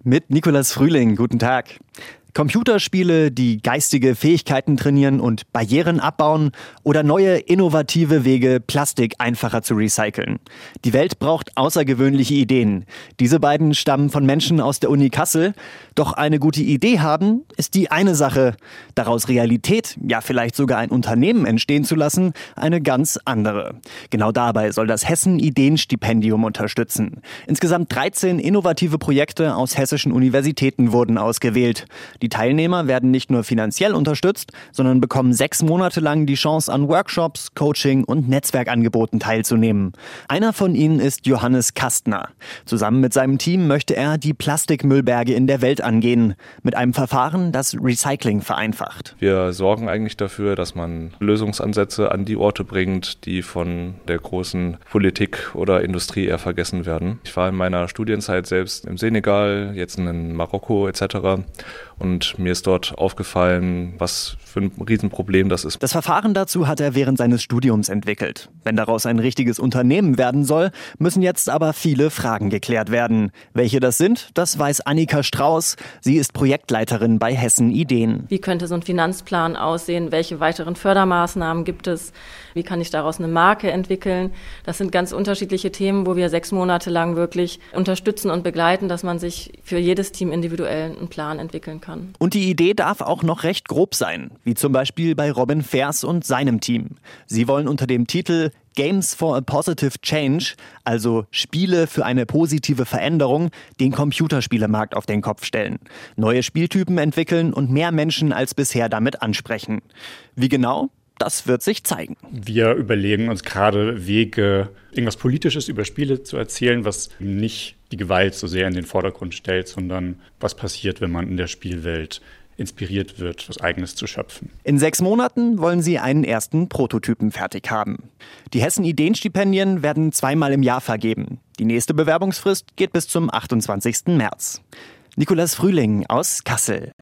Mit Nicolas Frühling, guten Tag. Computerspiele, die geistige Fähigkeiten trainieren und Barrieren abbauen oder neue innovative Wege, Plastik einfacher zu recyceln. Die Welt braucht außergewöhnliche Ideen. Diese beiden stammen von Menschen aus der Uni Kassel. Doch eine gute Idee haben, ist die eine Sache. Daraus Realität, ja vielleicht sogar ein Unternehmen entstehen zu lassen, eine ganz andere. Genau dabei soll das Hessen-Ideenstipendium unterstützen. Insgesamt 13 innovative Projekte aus hessischen Universitäten wurden ausgewählt. Die Teilnehmer werden nicht nur finanziell unterstützt, sondern bekommen 6 Monate lang die Chance, an Workshops, Coaching und Netzwerkangeboten teilzunehmen. Einer von ihnen ist Johannes Kastner. Zusammen mit seinem Team möchte er die Plastikmüllberge in der Welt angehen, mit einem Verfahren, das Recycling vereinfacht. Wir sorgen eigentlich dafür, dass man Lösungsansätze an die Orte bringt, die von der großen Politik oder Industrie eher vergessen werden. Ich war in meiner Studienzeit selbst im Senegal, jetzt in Marokko etc. Und mir ist dort aufgefallen, was für ein Riesenproblem das ist. Das Verfahren dazu hat er während seines Studiums entwickelt. Wenn daraus ein richtiges Unternehmen werden soll, müssen jetzt aber viele Fragen geklärt werden. Welche das sind, das weiß Annika Strauß. Sie ist Projektleiterin bei Hessen Ideen. Wie könnte so ein Finanzplan aussehen? Welche weiteren Fördermaßnahmen gibt es? Wie kann ich daraus eine Marke entwickeln? Das sind ganz unterschiedliche Themen, wo wir 6 Monate lang wirklich unterstützen und begleiten, dass man sich für jedes Team individuell einen Plan entwickeln kann. Und die Idee darf auch noch recht grob sein, wie zum Beispiel bei Robin Fers und seinem Team. Sie wollen unter dem Titel Games for a Positive Change, also Spiele für eine positive Veränderung, den Computerspielemarkt auf den Kopf stellen. Neue Spieltypen entwickeln und mehr Menschen als bisher damit ansprechen. Wie genau? Das wird sich zeigen. Wir überlegen uns gerade Wege, irgendwas Politisches über Spiele zu erzählen, was nicht die Gewalt so sehr in den Vordergrund stellt, sondern was passiert, wenn man in der Spielwelt inspiriert wird, was Eigenes zu schöpfen. In 6 Monaten wollen sie einen ersten Prototypen fertig haben. Die Hessen-Ideenstipendien werden 2-mal im Jahr vergeben. Die nächste Bewerbungsfrist geht bis zum 28. März. Nicolas Frühling aus Kassel.